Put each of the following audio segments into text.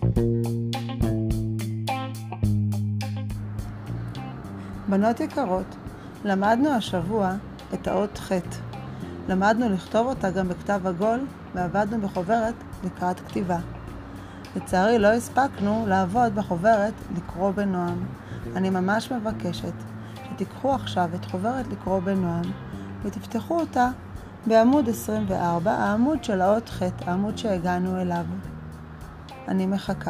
בנות יקרות, למדנו השבוע את האות ח'. למדנו לכתוב אותה גם בכתב עגול ועבדנו בחוברת לקראת כתיבה. לצערי לא הספקנו לעבוד בחוברת לקרוא בנועם. אני ממש מבקשת שתיקחו עכשיו את חוברת לקרוא בנועם ותפתחו אותה בעמוד 24, העמוד של האות ח', העמוד שהגענו אליו. אני מחכה.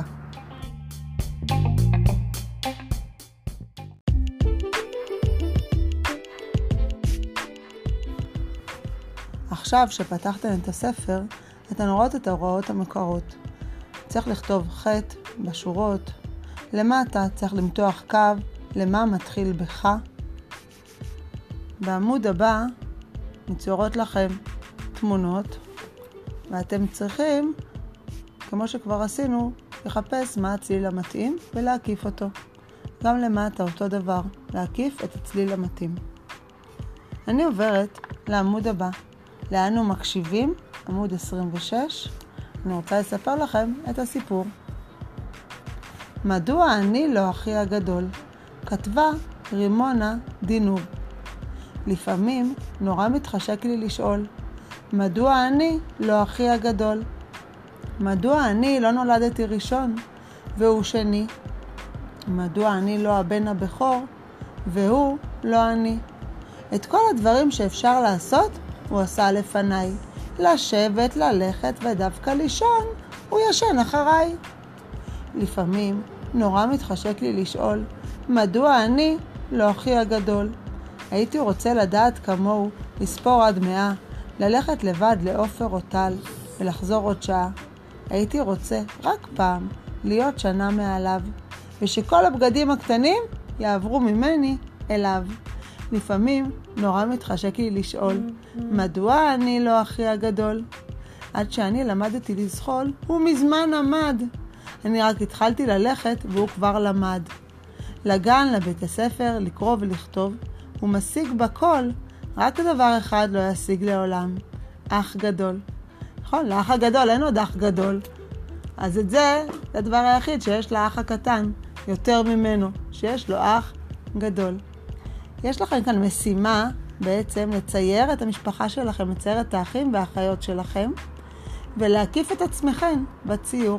עכשיו שפתחתם את הספר, אתן רואות את ההוראות המקורות. צריך לכתוב ח' בשורות. למטה צריך למתוח קו למה מתחיל בך. בעמוד הבא מצוירות לכם תמונות, ואתם צריכים, כמו שכבר עשינו, לחפש מה הצליל המתאים ולהקיף אותו. גם למטה אותו דבר, להקיף את הצליל המתאים. אני עוברת לעמוד הבא. לאנו מקשיבים, עמוד 26. אני רוצה לספר לכם את הסיפור. מדוע אני לא אחי הגדול? כתבה רימונה דינור. לפעמים נורא מתחשק לי לשאול, מדוע אני לא אחי הגדול? מדוע אני לא נולדתי ראשון והוא שני? מדוע אני לא הבן הבכור והוא לא אני? את כל הדברים שאפשר לעשות הוא עשה לפניי. לשבת, ללכת ודווקא לישון, הוא ישן אחריי. לפעמים נורא מתחשק לי לשאול, מדוע אני לא אחי הגדול? הייתי רוצה לדעת כמוהו, לספור עד 100, ללכת לבד לעופר או טל ולחזור עוד שעה. הייתי רוצה רק פעם להיות שנה מעליו, ושכל הבגדים הקטנים יעברו ממני אליו. לפעמים נורא מתחשק לי לשאול, מדוע אני לא אחי הגדול? עד שאני למדתי לזחול, הוא מזמן עמד. אני רק התחלתי ללכת והוא כבר למד. לגן, לבית הספר, לקרוא ולכתוב, הוא משיג בכל, רק דבר אחד לא ישיג לעולם, אח גדול. נכון, לאח הגדול אין עוד אח גדול. אז זה הדבר היחיד שיש לאח הקטן, יותר ממנו, שיש לו אח גדול. יש לכם כאן משימה בעצם לצייר את המשפחה שלכם, לצייר את האחים והאחיות שלכם, ולהקיף את עצמכם בציור.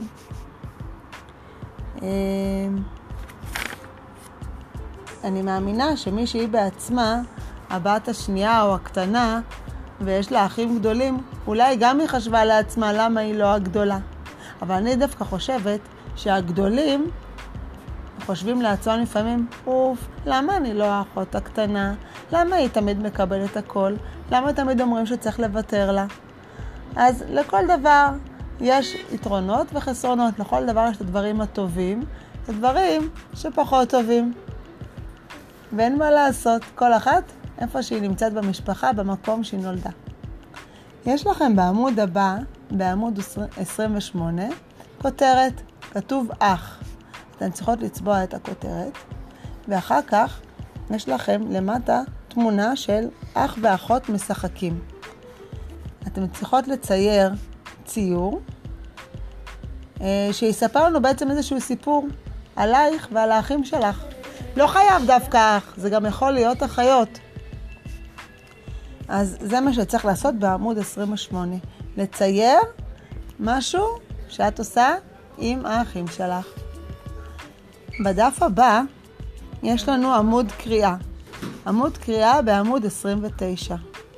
אני מאמינה שמי שהיא בעצמה, הבת השנייה או הקטנה, ויש לה אחים גדולים, אולי גם היא חשבה לעצמה למה היא לא הגדולה. אבל אני דווקא חושבת שהגדולים חושבים לעצמם לפעמים, למה אני לא האחות הקטנה? למה היא תמיד מקבלת הכל? למה תמיד אומרים שצריך לוותר לה? אז לכל דבר יש יתרונות וחסרונות. לכל דבר יש את הדברים הטובים, את הדברים שפחות טובים. ואין מה לעשות, כל אחת איפה שהיא נמצאת במשפחה, במקום שהיא נולדה. יש לכם בעמוד הבא, בעמוד 28, כותרת, כתוב אח. אתן צריכות לצבוע את הכותרת, ואחר כך יש לכם למטה תמונה של אח ואחות משחקים. אתן צריכות לצייר ציור שיספר לנו בעצם איזשהו סיפור עלייך ועל האחים שלך. לא חייב דווקא אח, זה גם יכול להיות אחיות. אז זה מה שצריך לעשות בעמוד 28. לצייר משהו שאת עושה עם האחים שלך. בדף הבא יש לנו עמוד קריאה. עמוד קריאה בעמוד 29.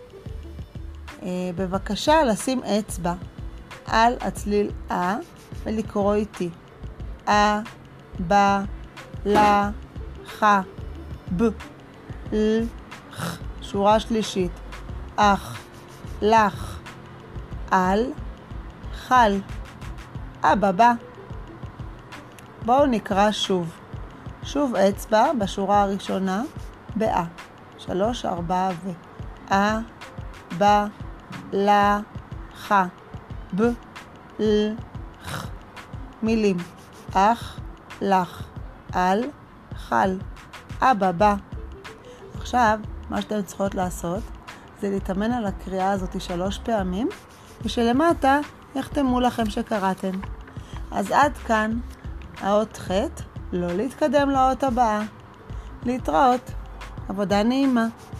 בבקשה לשים אצבע על הצליל ולקרוא איתי. ב, ל, ח, ב, ל, ח. שורה שלישית. אח, לך, על, חל. אבא. בואו נקרא שוב. שוב אצבע בשורה הראשונה, 3, 4 ו. ב, ל, ח, ב, ל, ח. מילים. אח, לך, על, חל. אבא. עכשיו, מה שאתם צריכות לעשות, זה להתאמן על הקריאה הזאת 3 פעמים, ושלמטה יחתמו לכם שקראתם. אז עד כאן האות ח', לא להתקדם לאות הבאה. להתראות, עבודה נעימה.